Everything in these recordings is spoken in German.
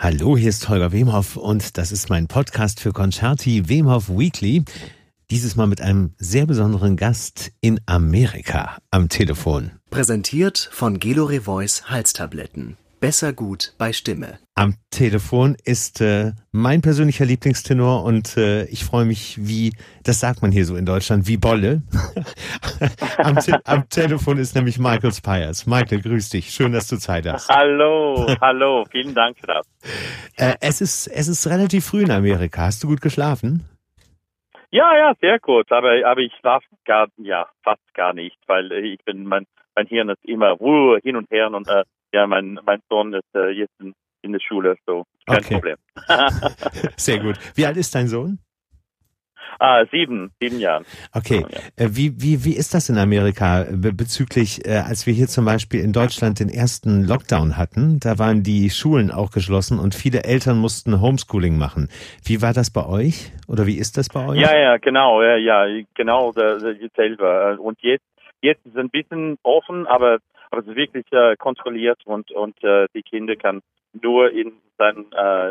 Hallo, hier ist Holger Wemhoff und das ist mein Podcast für Concerti Wemhoff Weekly. Dieses Mal mit einem sehr besonderen Gast in Amerika am Telefon. Präsentiert von Gelore Voice Halstabletten. Besser gut bei Stimme. Am Telefon ist mein persönlicher Lieblingstenor und ich freue mich das sagt man hier so in Deutschland, wie Bolle. Am Telefon ist nämlich Michael Spyers. Michael, grüß dich. Schön, dass du Zeit hast. Hallo. Vielen Dank für das. Es ist relativ früh in Amerika. Hast du gut geschlafen? Ja, sehr gut. Aber ich schlafe fast gar nicht, weil mein Hirn ist immer hin und her und mein Sohn ist jetzt in der Schule, so kein Problem. Sehr gut. Wie alt ist dein Sohn? 7 Jahre. Okay. Wie ist das in Amerika bezüglich, als wir hier zum Beispiel in Deutschland den ersten Lockdown hatten, da waren die Schulen auch geschlossen und viele Eltern mussten Homeschooling machen. Wie war das bei euch? Oder wie ist das bei euch? Ja, genau. Genau dasselbe. Und jetzt ist es ein bisschen offen, aber es ist wirklich kontrolliert und die Kinder kann nur in seinem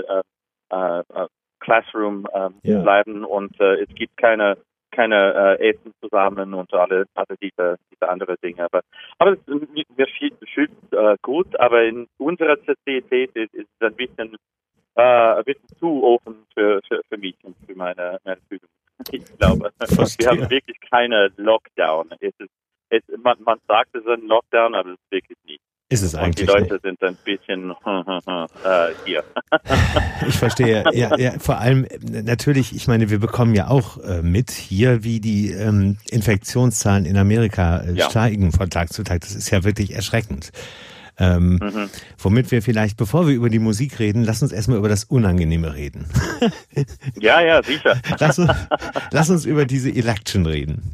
Classroom bleiben und es gibt keine Essen zusammen und alle diese andere Dinge. Aber mir fühlt gut, aber in unserer Sozietät ist es ein bisschen zu offen für mich und für meine Fühlung. Ich glaube, wir haben wirklich keine Lockdown. Man sagt, es ist ein Lockdown, aber es ist wirklich nicht. Ist es eigentlich und die Leute sind ein bisschen hier. Ich verstehe. Ja, vor allem natürlich, ich meine, wir bekommen ja auch mit hier, wie die Infektionszahlen in Amerika steigen von Tag zu Tag. Das ist ja wirklich erschreckend. Womit wir vielleicht, bevor wir über die Musik reden, lass uns erstmal über das Unangenehme reden. Ja, sicher. Lass uns über diese Election reden.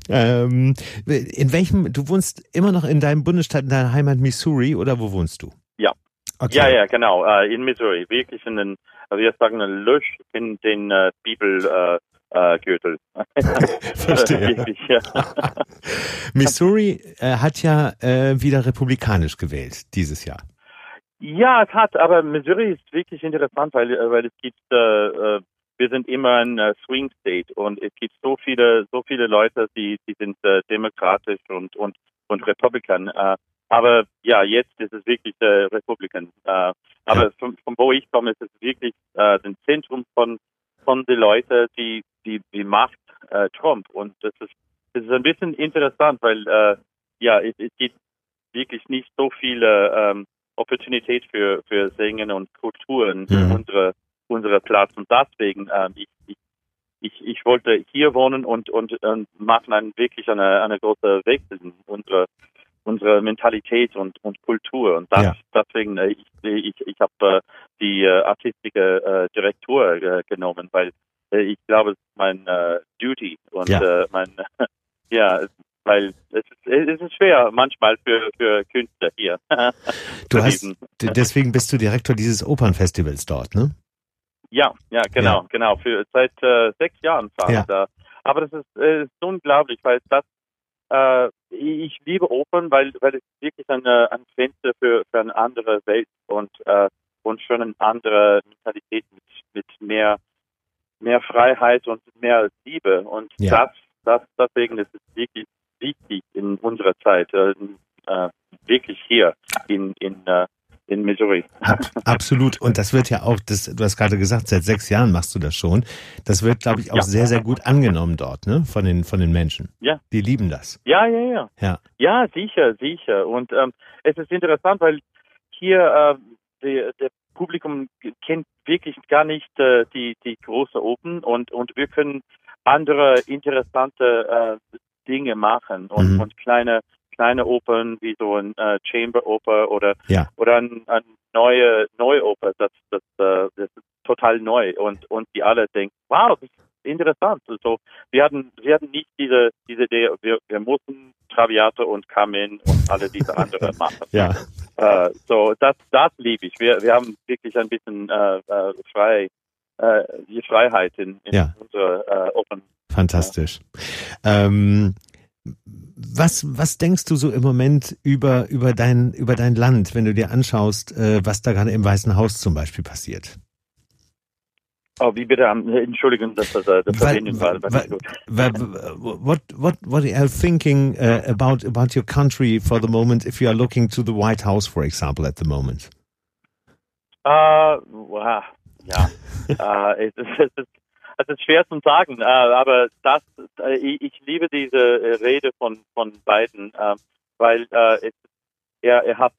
Du wohnst immer noch in deinem Bundesstaat, in deiner Heimat Missouri, oder wo wohnst du? Ja. Okay. Ja, genau, in Missouri. Wirklich wir sagen Lösch in den Bibelgürtel. Verstehe. Wirklich, ja. Missouri hat ja wieder republikanisch gewählt dieses Jahr. Ja, es hat, aber Missouri ist wirklich interessant, weil es gibt, wir sind immer ein Swing State und es gibt so viele Leute, die sind demokratisch und Republikan. Aber ja, jetzt ist es wirklich Republikan. Aber von wo ich komme, ist es wirklich das Zentrum von den Leuten, die macht Trump. Und das ist ein bisschen interessant, weil es gibt wirklich nicht so viele Opportunität für Singen und Kulturen in unserer Platz. Und deswegen ich wollte hier wohnen und machen wirklich eine große Wechsel in unsere Mentalität und Kultur. Und deswegen ich habe die artistische Direktor genommen, weil ich glaube, es ist mein Duty und weil es ist schwer manchmal für Künstler hier. Deswegen bist du Direktor dieses Opernfestivals dort, ne? Ja, genau. Seit 6 Jahren fahre ich da. Aber das ist unglaublich, weil ich liebe Opern, weil es wirklich ein Fenster für eine andere Welt und schon eine andere Mentalität mit mehr Freiheit und mehr Liebe. Und deswegen ist es wirklich wichtig in unserer Zeit, wirklich hier in Missouri. Absolut. Und das wird ja auch, du hast gerade gesagt, seit 6 Jahren machst du das schon. Das wird, glaube ich, auch sehr, sehr gut angenommen dort, ne? Von den Menschen. Ja. Die lieben das. Ja. Ja, sicher. Und es ist interessant, weil hier der Publikum kennt wirklich gar nicht die große Open und wir können andere interessante Dinge machen und kleine Opern wie so ein Chamber Oper oder eine neue Oper, das ist total neu und die alle denken, wow, das ist interessant. Also wir hatten nicht diese Idee, wir mussten Traviata und Carmen und alle diese anderen machen. Ja. So das liebe ich. Wir haben wirklich ein bisschen die Freiheit in unserer Opern. Fantastisch. Was denkst du so im Moment über dein Land, wenn du dir anschaust, was da gerade im Weißen Haus zum Beispiel passiert? Oh, wie bitte? Entschuldigung, dass das Verbindung war. What are you thinking about your country for the moment, if you are looking to the White House, for example, at the moment? Wow, ja, es ist schwer zu sagen, aber ich liebe diese Rede von Biden, weil er hat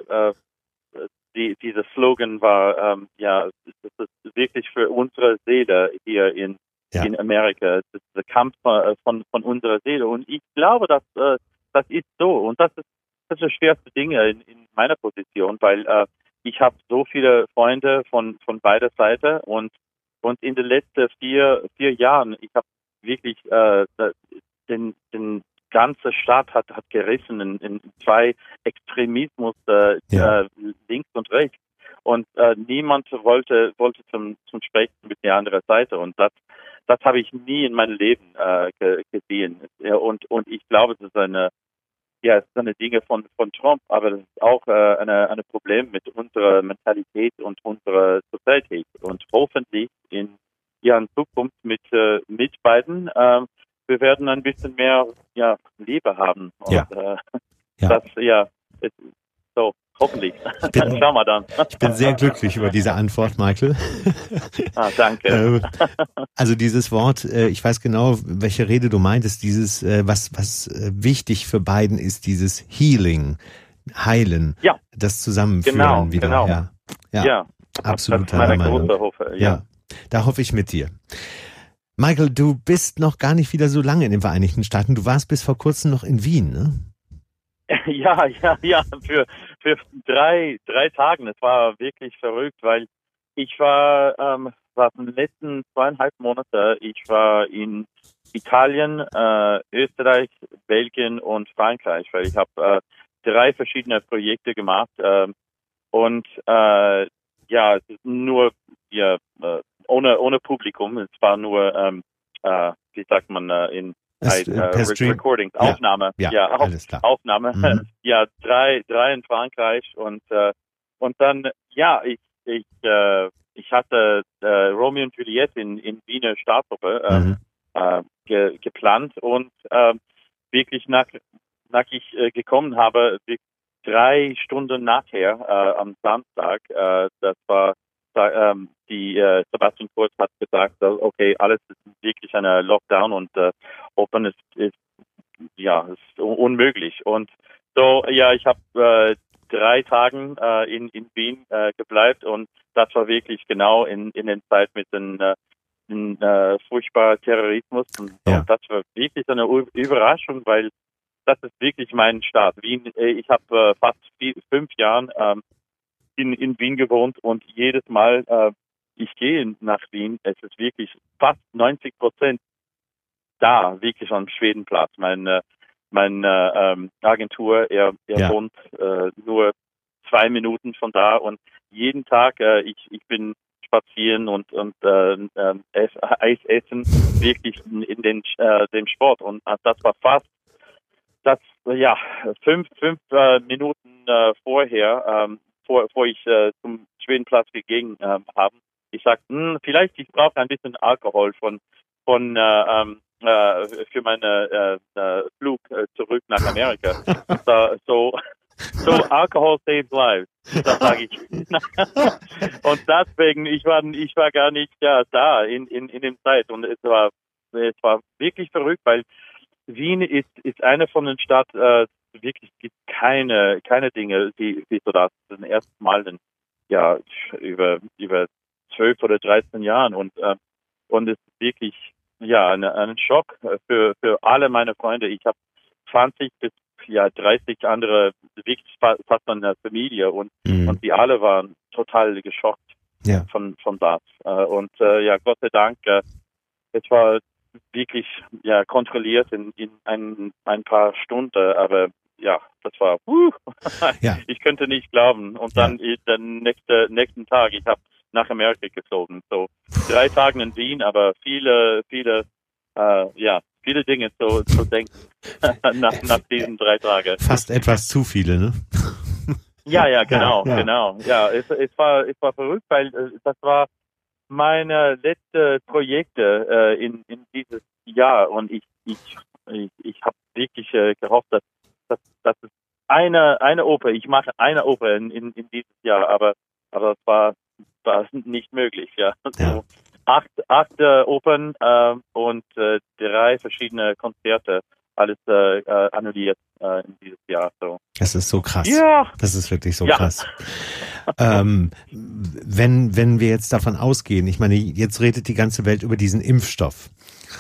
dieser Slogan war, das ist wirklich für unsere Seele hier in Amerika. Das ist der Kampf von unserer Seele. Und ich glaube, dass das ist so. Und das ist das schwerste Ding in meiner Position, weil ich habe so viele Freunde von beider Seiten und in den letzten vier Jahren, ich habe wirklich den ganze Staat hat gerissen in zwei Extremismus, links und rechts. Und niemand wollte zum Sprechen mit der anderen Seite. Und das habe ich nie in meinem Leben gesehen. Und ich glaube, es ist eine Dinge von Trump, aber das ist auch ein Problem mit unserer Mentalität und unserer Sozietät. Und hoffentlich in Zukunft mit Biden wir werden ein bisschen mehr Liebe haben. Und, das ist so, hoffentlich. Schauen wir dann. Ich bin sehr glücklich über diese Antwort, Michael. Danke. Also dieses Wort, ich weiß genau, welche Rede du meintest, dieses, was wichtig für Biden ist, dieses Healing, Heilen, das Zusammenführen wieder. Genau. Ja, absolut. Das ist meine große Hoffnung. Ja, da hoffe ich mit dir. Michael, du bist noch gar nicht wieder so lange in den Vereinigten Staaten. Du warst bis vor kurzem noch in Wien, ne? Ja. Für 3 Tagen. Es war wirklich verrückt, weil ich war in den letzten 2,5 Monate. Ich war in Italien, Österreich, Belgien und Frankreich, weil ich habe 3 verschiedene Projekte gemacht. Es ist nur ohne Publikum. Es war nur, wie sagt man, in Recording, Aufnahme. Alles klar. Aufnahme. 3 in Frankreich und dann, ich hatte Romeo und Juliette in Wiener Staatsoper geplant und wirklich nach ich gekommen habe, 3 Stunden nachher am Samstag, das war die Sebastian Kurz hat gesagt, okay, alles ist wirklich eine Lockdown und Open ist unmöglich. Und so, ich habe 3 Tagen in Wien gebleibt und das war wirklich genau in den Zeit mit den furchtbaren Terrorismus und das war wirklich eine Überraschung, weil das ist wirklich mein Staat. Wien, ich habe fast 5 Jahren in Wien gewohnt und jedes Mal, ich gehe nach Wien, es ist wirklich fast 90% da, wirklich am Schwedenplatz. Meine Agentur, er wohnt nur 2 Minuten von da und jeden Tag, ich bin spazieren und Eis essen, wirklich in dem Sport und das war fast 5 Minuten vorher, bevor ich zum Schwedenplatz gegangen habe. Ich sagte, vielleicht ich brauche ein bisschen Alkohol für meinen Flug zurück nach Amerika. So Alcohol saves lives. Das sage ich. Und deswegen, ich war gar nicht da in dem Zeit und es war wirklich verrückt, weil Wien ist eine von den Städten, wirklich gibt keine Dinge, wie so das zum ersten Mal über 12 oder 13 Jahren und es ist wirklich ein Schock für alle meine Freunde. Ich habe 20 bis 30 andere wirklich fast eine Familie und die alle waren total geschockt von das und Gott sei Dank es war wirklich kontrolliert in ein paar Stunden, aber das war ich könnte nicht glauben und dann den nächsten Tag ich habe nach Amerika geflogen, so 3 Tage in Wien, aber viele Dinge zu denken nach diesen 3 Tagen. Fast etwas zu viele, ne? Genau. Ja, es war verrückt, weil das war meine letzten Projekte in dieses Jahr und ich habe wirklich gehofft, dass es eine Oper, ich mache eine Oper in dieses Jahr, aber es war nicht möglich, ja. Ja. So acht Opern und 3 verschiedene Konzerte, alles annulliert in dieses Jahr. So. Das ist so krass. Ja. Das ist wirklich so krass. Wenn wir jetzt davon ausgehen, ich meine, jetzt redet die ganze Welt über diesen Impfstoff.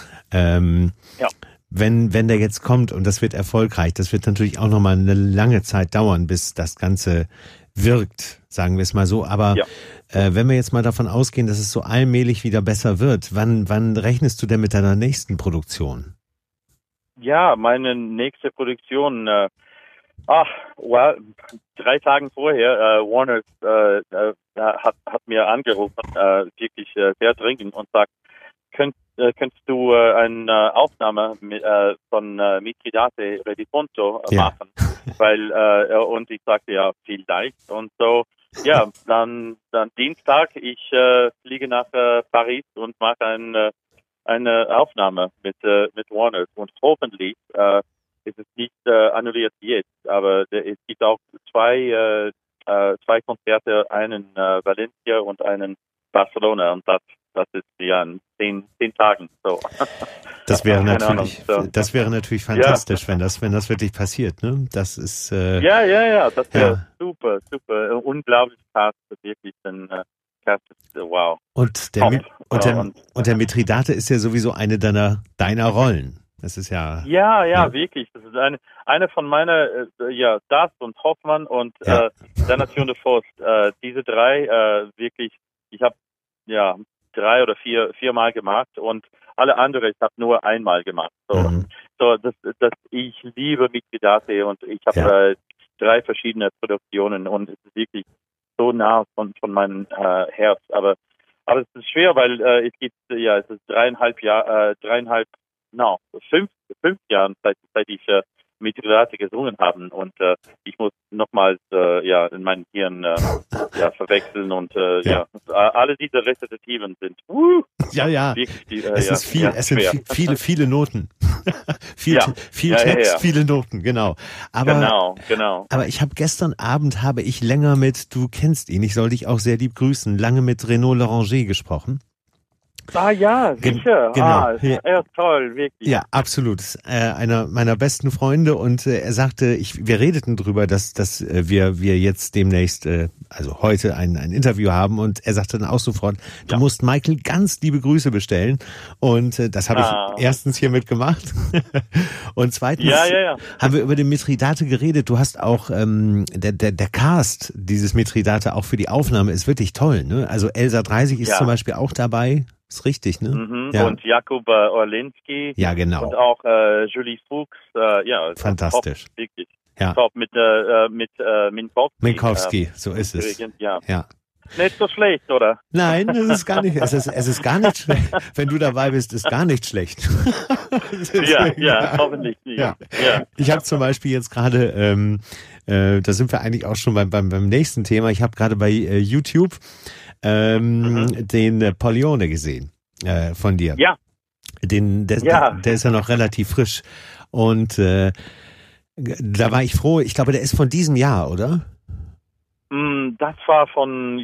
Wenn der jetzt kommt und das wird erfolgreich, das wird natürlich auch nochmal eine lange Zeit dauern, bis das Ganze wirkt, sagen wir es mal so. Aber wenn wir jetzt mal davon ausgehen, dass es so allmählich wieder besser wird, wann rechnest du denn mit deiner nächsten Produktion? Ja, meine nächste Produktion, 3 Tage vorher, Warner hat mir angerufen, wirklich sehr dringend und sagt, könntest du eine Aufnahme von Mithridate Redifonto machen? Weil und ich sagte ja, vielleicht. Und so, ja, dann Dienstag, ich fliege nach Paris und mache eine Aufnahme mit Warner und hoffentlich ist es nicht annulliert jetzt, aber es gibt auch zwei Konzerte, einen Valencia und einen Barcelona und das ist ja in 10 Tagen. So. Das wäre natürlich fantastisch, wenn das wirklich passiert, ne? Das ist das wäre super, unglaublich fast, wirklich ein wow. Und der Mithridate ist ja sowieso eine deiner Rollen. Das ist ja. Ja, wirklich. Das ist eine von meiner, das und Hoffmann und der Nation de Faust. Diese 3 wirklich, ich habe 3 oder 4 Mal gemacht und alle andere, ich habe nur einmal gemacht. So, ich liebe Mithridate und ich habe 3 verschiedene Produktionen und es ist wirklich so nah von meinem Herz. Aber es ist schwer, weil es ist 5 Jahren, seit ich Mithridate gesungen habe und ich muss nochmals in meinem Hirn verwechseln und alle diese Rezitativen sind wirklich, es sind viele Noten. viel Text, viele Noten, genau. Aber, genau. Aber gestern Abend habe ich länger du kennst ihn, ich soll dich auch sehr lieb grüßen, lange mit Renaud Laurentier gesprochen. Ja, sicher. Genau. Er ist toll, wirklich. Ja, absolut. Einer meiner besten Freunde und er sagte, wir redeten drüber, dass wir jetzt demnächst, also heute ein Interview haben und er sagte dann auch sofort, du musst Michael ganz liebe Grüße bestellen und das habe ich erstens hiermit gemacht und zweitens haben wir über den Mithridate geredet. Du hast auch, der Cast dieses Mithridate auch für die Aufnahme ist wirklich toll, ne? Also Elsa 30 ist zum Beispiel auch dabei. Ist richtig, ne? Und Jakub Orlinski. Ja, genau. Und auch Julie Fuchs. Fantastisch. Top, wirklich. Ja. Top mit Minkowski. Minkowski, so ist es. Ja. Nicht so schlecht, oder? Nein, das ist gar nicht. Es ist gar nicht schlecht. Wenn du dabei bist, ist gar nicht schlecht. Hoffentlich. Ja. Ich habe zum Beispiel jetzt gerade, da sind wir eigentlich auch schon beim nächsten Thema. Ich habe gerade bei YouTube den Pollione gesehen von dir. Ja. Der ist ja noch relativ frisch. Und da war ich froh. Ich glaube, der ist von diesem Jahr, oder? Das war von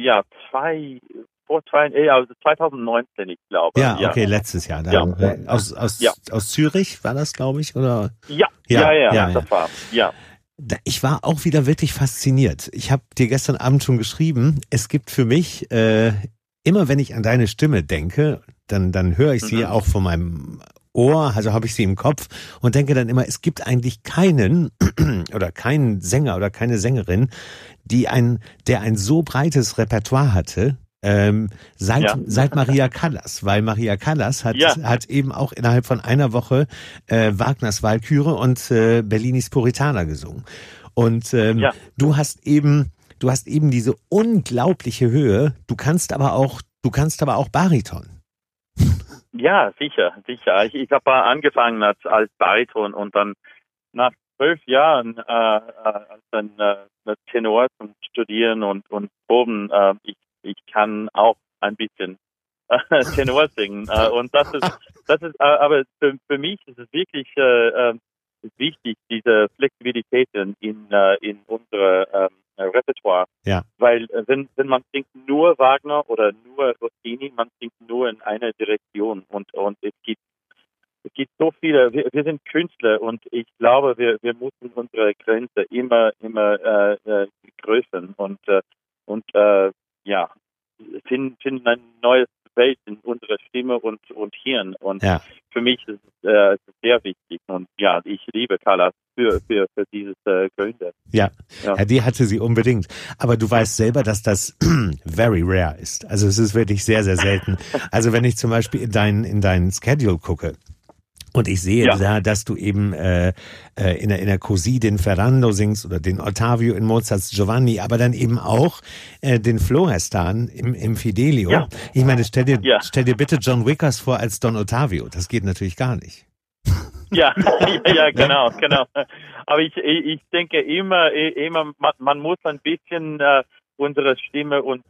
2019, ich glaube. Ja, okay, letztes Jahr. Aus Zürich war das, glaube ich, oder? Ja, das war. Ich war auch wieder wirklich fasziniert. Ich habe dir gestern Abend schon geschrieben, es gibt für mich, immer wenn ich an deine Stimme denke, dann höre ich sie auch von meinem Ohr, also habe ich sie im Kopf und denke dann immer, es gibt eigentlich keinen oder keinen Sänger oder keine Sängerin, der ein so breites Repertoire hatte, seit Maria Callas, weil Maria Callas hat eben auch innerhalb von einer Woche Wagners Walküre und Bellinis Puritana gesungen. Und du hast eben diese unglaubliche Höhe, du kannst aber auch Bariton. Ja, sicher. Ich habe angefangen als Bariton und dann nach 12 Jahren als ein Tenor zum Studieren und Proben, ich kann auch ein bisschen Tenor singen. Und das ist, aber für mich ist es wirklich wichtig, diese Flexibilität in unsere Repertoire. Ja. Weil wenn man singt nur Wagner oder nur Rossini, man singt nur in einer Direktion und es gibt so viele, wir sind Künstler und ich glaube, wir müssen unsere Grenze immer größern und ja, finden ein neues Welt in unserer Stimme und Hirn. Und für mich ist es sehr wichtig. Und ja, ich liebe Callas für dieses Gründe. Ja, die hatte sie unbedingt. Aber du weißt selber, dass das very rare ist. Also es ist wirklich sehr, sehr selten. Also wenn ich zum Beispiel in deinen Schedule gucke, und ich sehe da, dass du eben in der Così den Ferrando singst oder den Ottavio in Mozarts Giovanni, aber dann eben auch den Florestan im Fidelio. Ja. Ich meine, stell dir bitte John Wickers vor als Don Ottavio. Das geht natürlich gar nicht. Ja, genau. Aber ich denke immer, man muss ein bisschen unsere Stimme und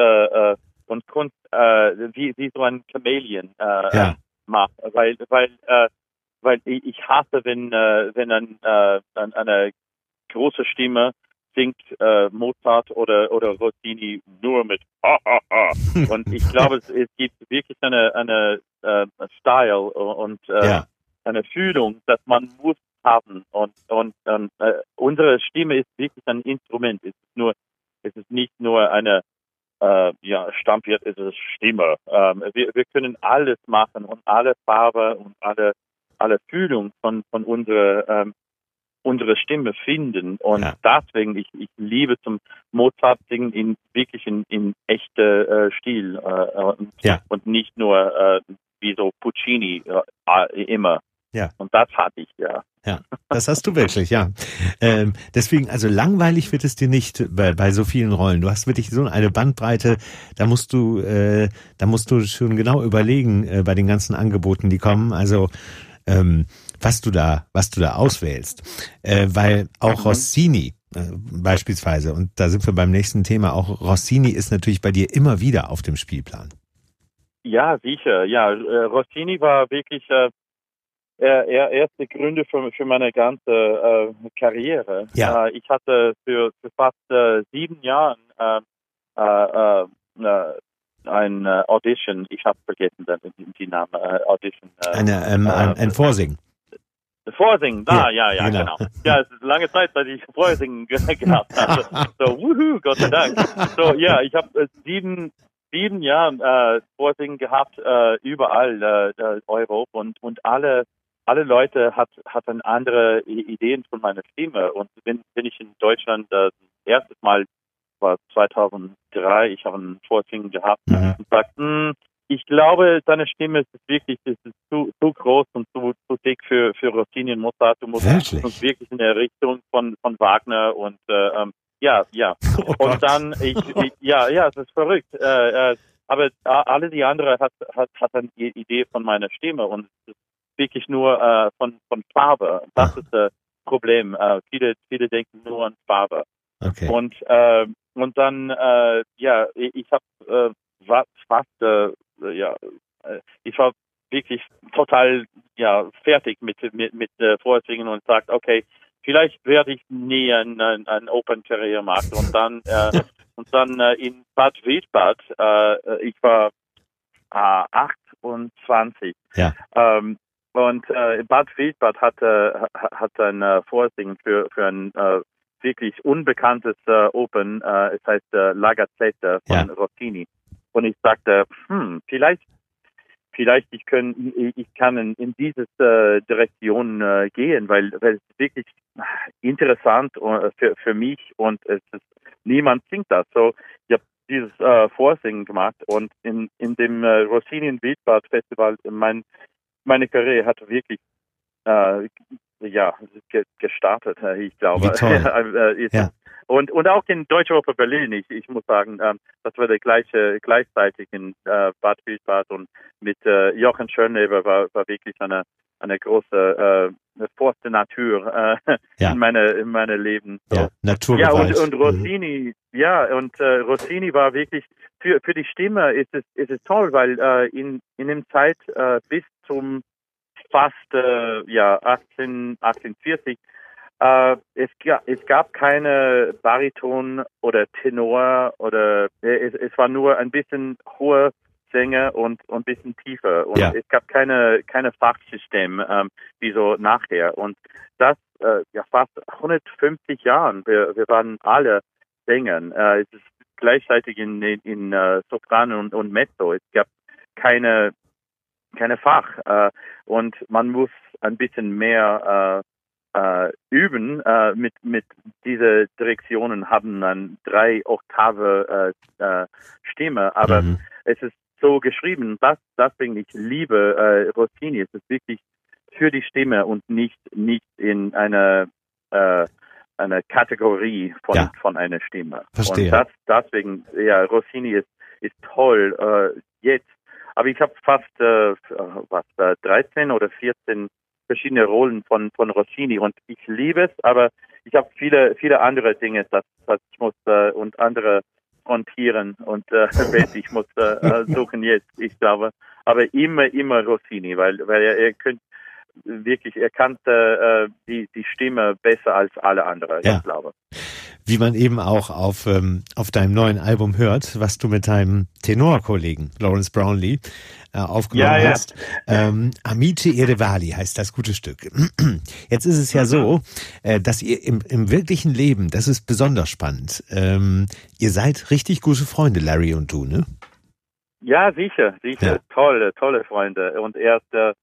Kunst wie so ein Chamäleon macht, weil ich hasse, wenn eine große Stimme singt Mozart oder Rossini nur mit und ich glaube, es gibt wirklich eine Style und eine Fühlung, dass man muss haben und unsere Stimme ist wirklich ein Instrument. Es ist nicht nur eine Stammwirt ist es Stimme. Wir können alles machen und alle Farbe und alle Fühlung von unsere Stimme finden. Und deswegen, ich liebe zum Mozart singen in echter Stil und nicht nur wie so Puccini immer. Ja. Und das hatte ich, ja. Ja, das hast du wirklich, ja. Deswegen, also langweilig wird es dir nicht bei so vielen Rollen. Du hast wirklich so eine Bandbreite, da musst du schon genau überlegen bei den ganzen Angeboten, die kommen. Also was du da auswählst, weil auch Rossini beispielsweise, und da sind wir beim nächsten Thema, auch Rossini ist natürlich bei dir immer wieder auf dem Spielplan. Ja, sicher. Ja, Rossini war wirklich erste Gründe für meine ganze Karriere. Ja. Ich hatte für fast 7 Jahren ein Audition. Ich habe vergessen die Namen. Audition. Ein Vorsingen. Vorsingen, ja, genau. Ja, es ist lange Zeit, seit ich Vorsingen gehabt habe. So, wuhu, Gott sei Dank. So, ja, ich habe 7 Jahren Vorsingen gehabt, überall Europa und alle Leute hatten andere Ideen von meiner Stimme. Und wenn ich in Deutschland das erste Mal war 2003, ich habe ein Vorsingen gehabt und sagte, ich glaube, deine Stimme ist zu groß und zu dick für Rossini und Mozart. Du musst uns wirklich in der Richtung von Wagner und ja. Oh und Gott. dann es ist verrückt. Aber alle die anderen hat eine Idee von meiner Stimme und es ist wirklich nur von Farbe. Das ist das Problem. Viele denken nur an Farbe. Okay. Und dann ich habe fast ich war wirklich total fertig mit Vorsingen und sagt, okay, vielleicht werde ich nie ein Open-Karriere machen. Und dann in Bad Wildbad, ich war 28. Ja. Und Bad Wildbad hat ein Vorsingen für ein wirklich unbekanntes Open. Es heißt La Gazzetta von Rossini. Und ich sagte, vielleicht ich kann in diese Direktion gehen, weil es ist wirklich interessant für mich und niemand singt das. So, ich habe dieses Vorsingen gemacht und in dem Rossini in Wildbad Festival meine Karriere hat wirklich gestartet, ich glaube. Wie toll. Und auch in Deutsche Oper Berlin, ich muss sagen, das war der gleichzeitig in Bad Wildbad und mit Jochen Schönleber war wirklich eine große Forste Natur in meine Leben. So. Ja, Naturgewalt. Ja, und Rossini, Rossini war wirklich für die Stimme ist es toll, weil in dem Zeit bis zum fast 1840 es gab keine Bariton oder Tenor oder es war nur ein bisschen hohe Sänger und ein bisschen tiefer und es gab keine Fachsystem wie so nachher und das fast 150 Jahren wir waren alle Sänger es ist gleichzeitig in Sopran und Mezzo es gab keine Fach und man muss ein bisschen mehr üben mit diese Direktionen haben dann 3 Oktave Stimme, aber es ist so geschrieben, deswegen ich liebe Rossini, es ist wirklich für die Stimme und nicht in eine Kategorie von einer Stimme. Verstehe. Und deswegen, Rossini ist toll jetzt, aber ich habe fast 13 oder 14 verschiedene Rollen von Rossini und ich liebe es, aber ich habe viele andere Dinge, das ich muss und andere frontieren und ich muss suchen jetzt, ich glaube, aber immer Rossini, weil er kannte die Stimme besser als alle anderen, ich glaube. Wie man eben auch auf deinem neuen Album hört, was du mit deinem Tenorkollegen Lawrence Brownlee aufgenommen hast. Amici e Rivali heißt das gute Stück. Jetzt ist es ja so, dass ihr im wirklichen Leben, das ist besonders spannend, ihr seid richtig gute Freunde, Larry und du, ne? Ja, sicher. Ja. Tolle Freunde. Und wenn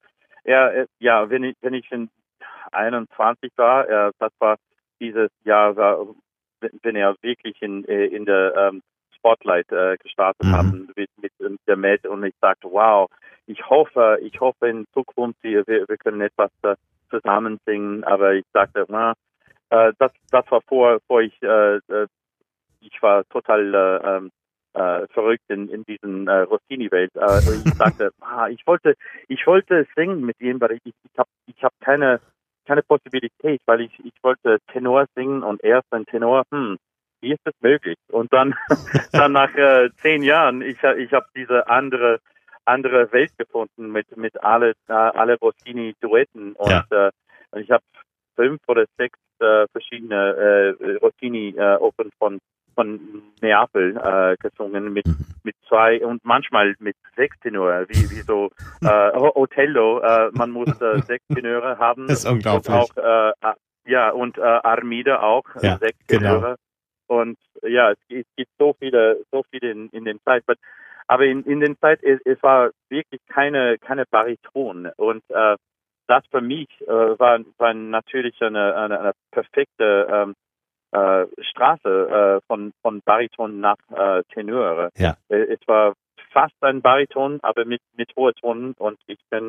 ich in 21 war, das war dieses Jahr, wenn er wirklich in der Spotlight gestartet haben mit der Med und ich sagte, wow, ich hoffe in Zukunft wir können etwas zusammen singen, aber ich sagte, das war vor ich war total verrückt in diesen Rossini-Welt. Ich sagte, ich wollte singen mit ihm, weil ich hab keine Possibilität, weil ich wollte Tenor singen und erst ein Tenor, wie ist das möglich? Und dann nach 10 Jahren, ich habe diese andere Welt gefunden mit alle Rossini-Duetten und ich habe 5 oder 6 verschiedene Rossini-Opern von Neapel gesungen mit 2 und manchmal mit 6 Tenor, wie so Otello, man muss 6 Tenöre haben. Das ist unglaublich. Und auch, und Armida auch, 6 Tenöre. Genau. Und es gibt so viele in den Zeit. Aber in den Zeit, es war wirklich keine Bariton. Und das für mich war natürlich eine perfekte Straße von Bariton nach Tenöre. Ja. Es war fast ein Bariton, aber mit hohen Tonen und ich habe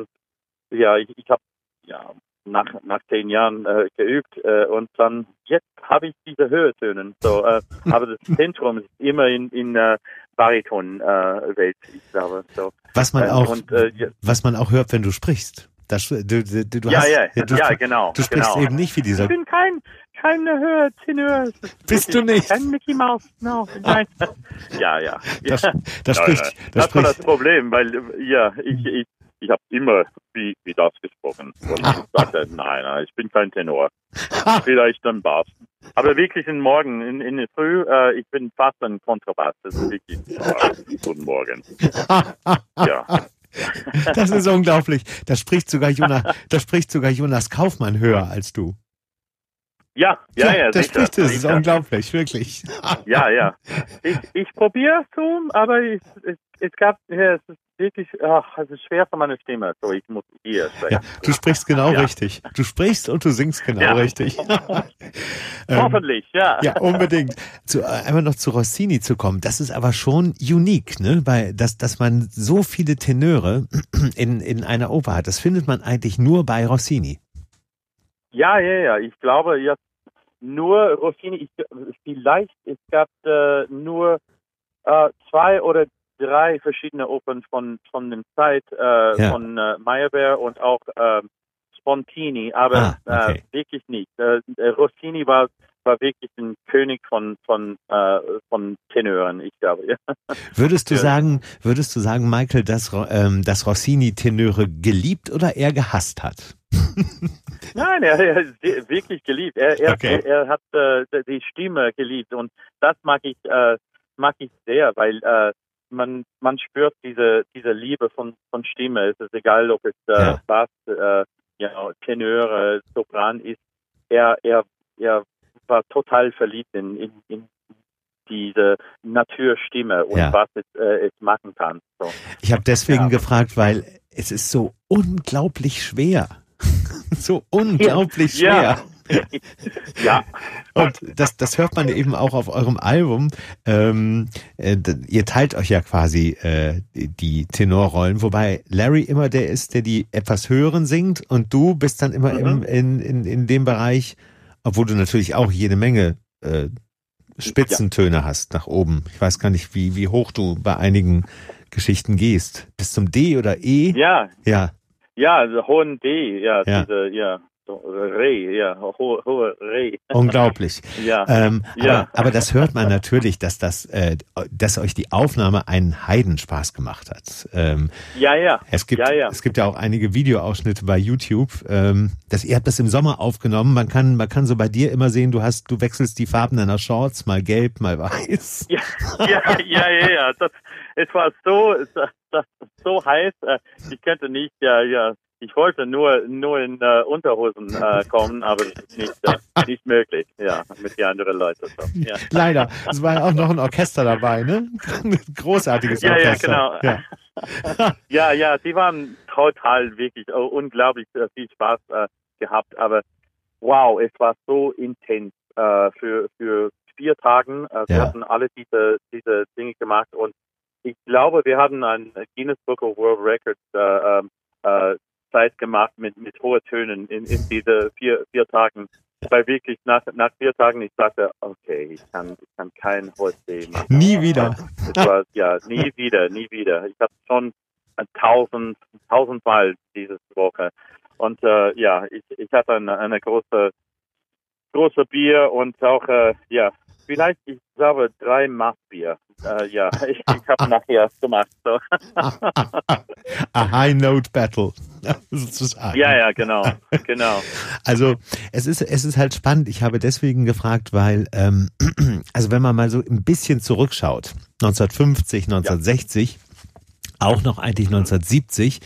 nach 10 Jahren geübt und dann jetzt habe ich diese Höhetöne. So, aber das Zentrum ist immer in Bariton-Welt, ich glaube. So. Was man auch hört, wenn du sprichst. Genau. Du sprichst eben nicht wie dieser. Ich bin keine Höhe-Tenor. Bist du nicht? Kein Mickey Mouse, no. Nein. Ja. Das war das Problem, weil ich habe immer wie das gesprochen. Und ich sagte, nein, ich bin kein Tenor. Vielleicht ein Bass. Aber wirklich Morgen, in der Früh, ich bin fast ein Kontrabass. Das ist wirklich, guten Morgen. Ja. Das ist unglaublich. Da spricht sogar Jonas Kaufmann höher als du. Ja, das sicher. Das ist unglaublich, wirklich. Ja. Ich probiere es, aber es ist wirklich, es ist schwer für meine Stimme, so ich muss hier sprechen. Ja, du sprichst genau richtig. Du sprichst und du singst genau richtig. Hoffentlich, ja. Ja, unbedingt. Einmal noch zu Rossini zu kommen, das ist aber schon unique, ne? Dass man so viele Tenöre in einer Oper hat. Das findet man eigentlich nur bei Rossini. Ja. Ich glaube, nur Rossini. Vielleicht, es gab nur 2 oder 3 verschiedene Opern von der Zeit, von Meyerbeer und auch Spontini, aber okay. wirklich nicht. Rossini war wirklich ein König von Tenören, ich glaube. Ja. Würdest du sagen, Michael, dass Rossini Tenöre geliebt oder eher gehasst hat? Nein, er hat wirklich geliebt. Er hat die Stimme geliebt und das mag ich sehr, weil man spürt diese Liebe von Stimme. Es ist egal, ob es Bass, Tenor, Sopran ist. Er war total verliebt in diese Naturstimme und was es machen kann. So. Ich habe deswegen gefragt, weil es ist so unglaublich schwer. So unglaublich schwer. Ja. Und das hört man eben auch auf eurem Album. Ihr teilt euch ja quasi die Tenorrollen, wobei Larry immer der ist, der die etwas höheren singt und du bist dann immer in dem Bereich, obwohl du natürlich auch jede Menge Spitzentöne hast nach oben. Ich weiß gar nicht, wie hoch du bei einigen Geschichten gehst. Bis zum D oder E? Ja. Ja. Ja, also hohen D, Re, hohe Re. Unglaublich. Ja. Aber das hört man natürlich, dass euch die Aufnahme einen Heidenspaß gemacht hat. Es gibt ja auch einige Videoausschnitte bei YouTube. Ihr habt das im Sommer aufgenommen. Man kann so bei dir immer sehen, du wechselst die Farben deiner Shorts, mal gelb, mal weiß. Ja. Es war so heiß. Ich könnte nicht, ich wollte nur in Unterhosen kommen, aber das ist nicht möglich, mit den anderen Leuten. So. Ja. Leider. Es war ja auch noch ein Orchester dabei, ne? Großartiges Orchester. Ja, genau. Ja, die waren total wirklich unglaublich viel Spaß gehabt, aber wow, es war so intens für 4 Tagen. Wir hatten alle diese Dinge gemacht und ich glaube, wir hatten ein Guinness Book of World Records Zeit gemacht mit hohen Tönen in diese 4 Tagen. Weil wirklich nach 4 Tagen ich sagte, okay, ich kann kein hohes C machen. Nie wieder. Es war, nie wieder. Ich habe schon 1000 Mal diese Woche. Und ich hatte eine große Bier und auch vielleicht, ich glaube, 3 Maßbier. Ich habe nachher gemacht. So. A High Note Battle. Sozusagen. Ja, genau. Also es ist halt spannend. Ich habe deswegen gefragt, weil also wenn man mal so ein bisschen zurückschaut, 1950, 1960, auch noch eigentlich 1970,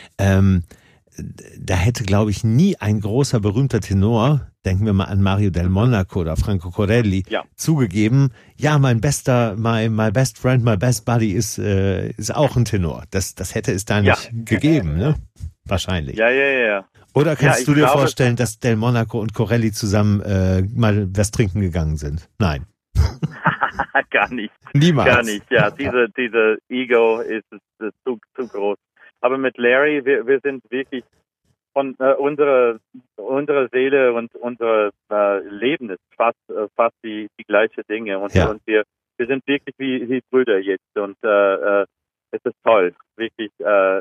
da hätte, glaube ich, nie ein großer, berühmter Tenor, denken wir mal an Mario Del Monaco oder Franco Corelli, zugegeben, my best friend, my best buddy ist auch ein Tenor. Das hätte es da nicht gegeben, ne? Wahrscheinlich. Ja. Oder kannst du dir vorstellen, dass Del Monaco und Corelli zusammen mal was trinken gegangen sind? Nein. Gar nicht. Niemals. Gar nicht, ja. Diese Ego ist zu groß. Aber mit Larry, wir sind wirklich von unsere Seele und unser Leben ist fast die gleiche Dinge und wir sind wirklich wie Brüder jetzt und es ist toll, wirklich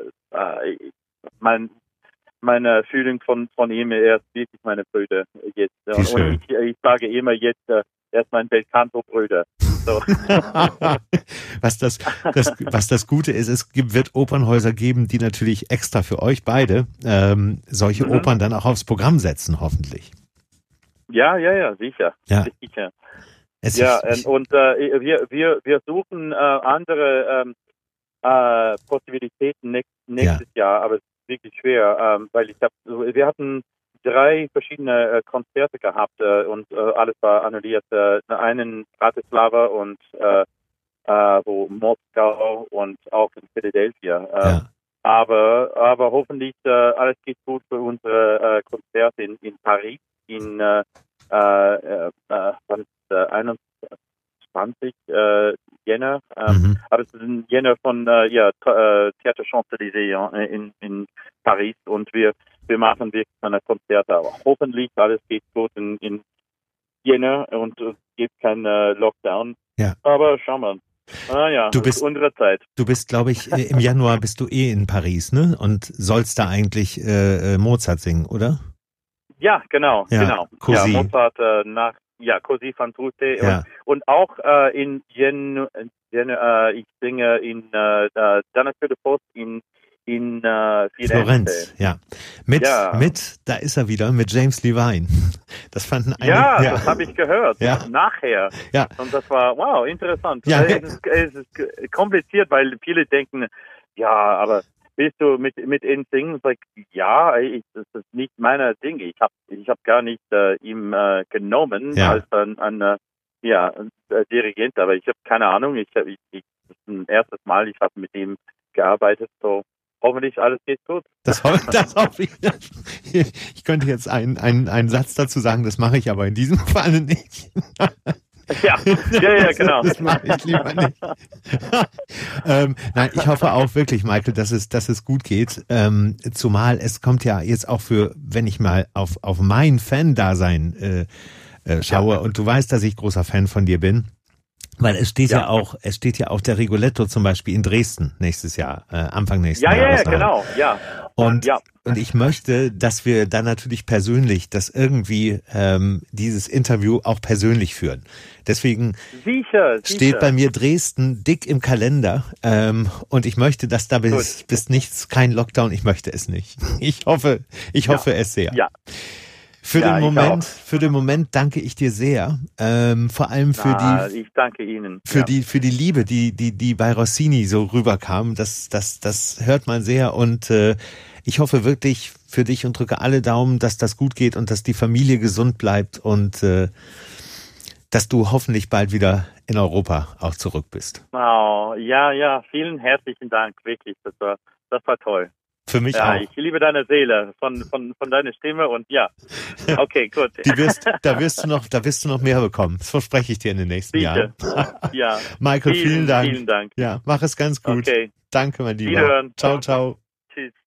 meine Fühlung von ihm, er ist wirklich meine Brüder jetzt und ich sage immer jetzt, er ist mein Belcanto-Brüder. So. Was das Gute ist, es wird Opernhäuser geben, die natürlich extra für euch beide solche Opern dann auch aufs Programm setzen, hoffentlich. Ja, sicher. Ja. Sicher. Und wir suchen andere Possibilitäten nächstes Jahr, aber es ist wirklich schwer, weil wir hatten 3 verschiedene Konzerte gehabt und alles war annulliert. Einen Bratislava und Moskau und auch in Philadelphia. Aber hoffentlich alles geht gut für unsere Konzerte in Paris in 21. Jänner. Aber es ist ein Jänner von Theater Champs-Élysées in Paris und wir machen wirklich eine Konzerte. Aber hoffentlich alles geht gut in Jänner und es gibt keinen Lockdown. Ja. Aber schauen wir. Du bist unsere Zeit. Du bist, glaube ich, im Januar bist du in Paris, ne? Und sollst da eigentlich Mozart singen, oder? Ja, genau. Così. Ja, Mozart Così fan tutte. Und auch in ich singe in Donna für die Post in Firenze. Florenz, ja. Mit, da ist er wieder, mit James Levine. Das fanden einige. Ja, das habe ich gehört. Ja. Nachher. Ja. Und das war, wow, interessant. Ja. Es ist kompliziert, weil viele denken, ja, aber willst du mit ihm singen? Das ist nicht meine Ding. Ich hab gar nicht ihm genommen als ein Dirigent, aber ich habe keine Ahnung. Das ist ein erstes Mal, ich habe mit ihm gearbeitet, so hoffentlich alles geht gut. Das hoffe ich. Ich könnte jetzt einen Satz dazu sagen, das mache ich aber in diesem Falle nicht. Ja, genau. Das mache ich lieber nicht. Nein, ich hoffe auch wirklich, Michael, dass es gut geht. Zumal es kommt ja jetzt auch wenn ich mal auf mein Fan-Dasein schaue, und du weißt, dass ich großer Fan von dir bin. Weil es steht ja auch der Rigoletto zum Beispiel in Dresden nächstes Jahr, Anfang nächsten Jahres. Ja, genau, ja. Und ich möchte, dass wir dann natürlich persönlich das irgendwie, dieses Interview auch persönlich führen. Deswegen steht bei mir Dresden dick im Kalender, und ich möchte, dass da bis nichts, kein Lockdown, ich möchte es nicht. Ich hoffe es sehr. Ja. Für den Moment danke ich dir sehr, vor allem ich danke Ihnen. Für die Liebe, die bei Rossini so rüberkam, das hört man sehr, und ich hoffe wirklich für dich und drücke alle Daumen, dass das gut geht und dass die Familie gesund bleibt und dass du hoffentlich bald wieder in Europa auch zurück bist. Oh, ja, vielen herzlichen Dank, wirklich, das war toll. Für mich auch. Ich liebe deine Seele von deiner Stimme, und okay, gut. Da wirst du noch mehr bekommen. Das verspreche ich dir in den nächsten Jahren. Ja. Michael, vielen Dank. Vielen Dank. Ja, mach es ganz gut. Okay. Danke, mein Lieber. Wiederhören. Ciao. Tschüss.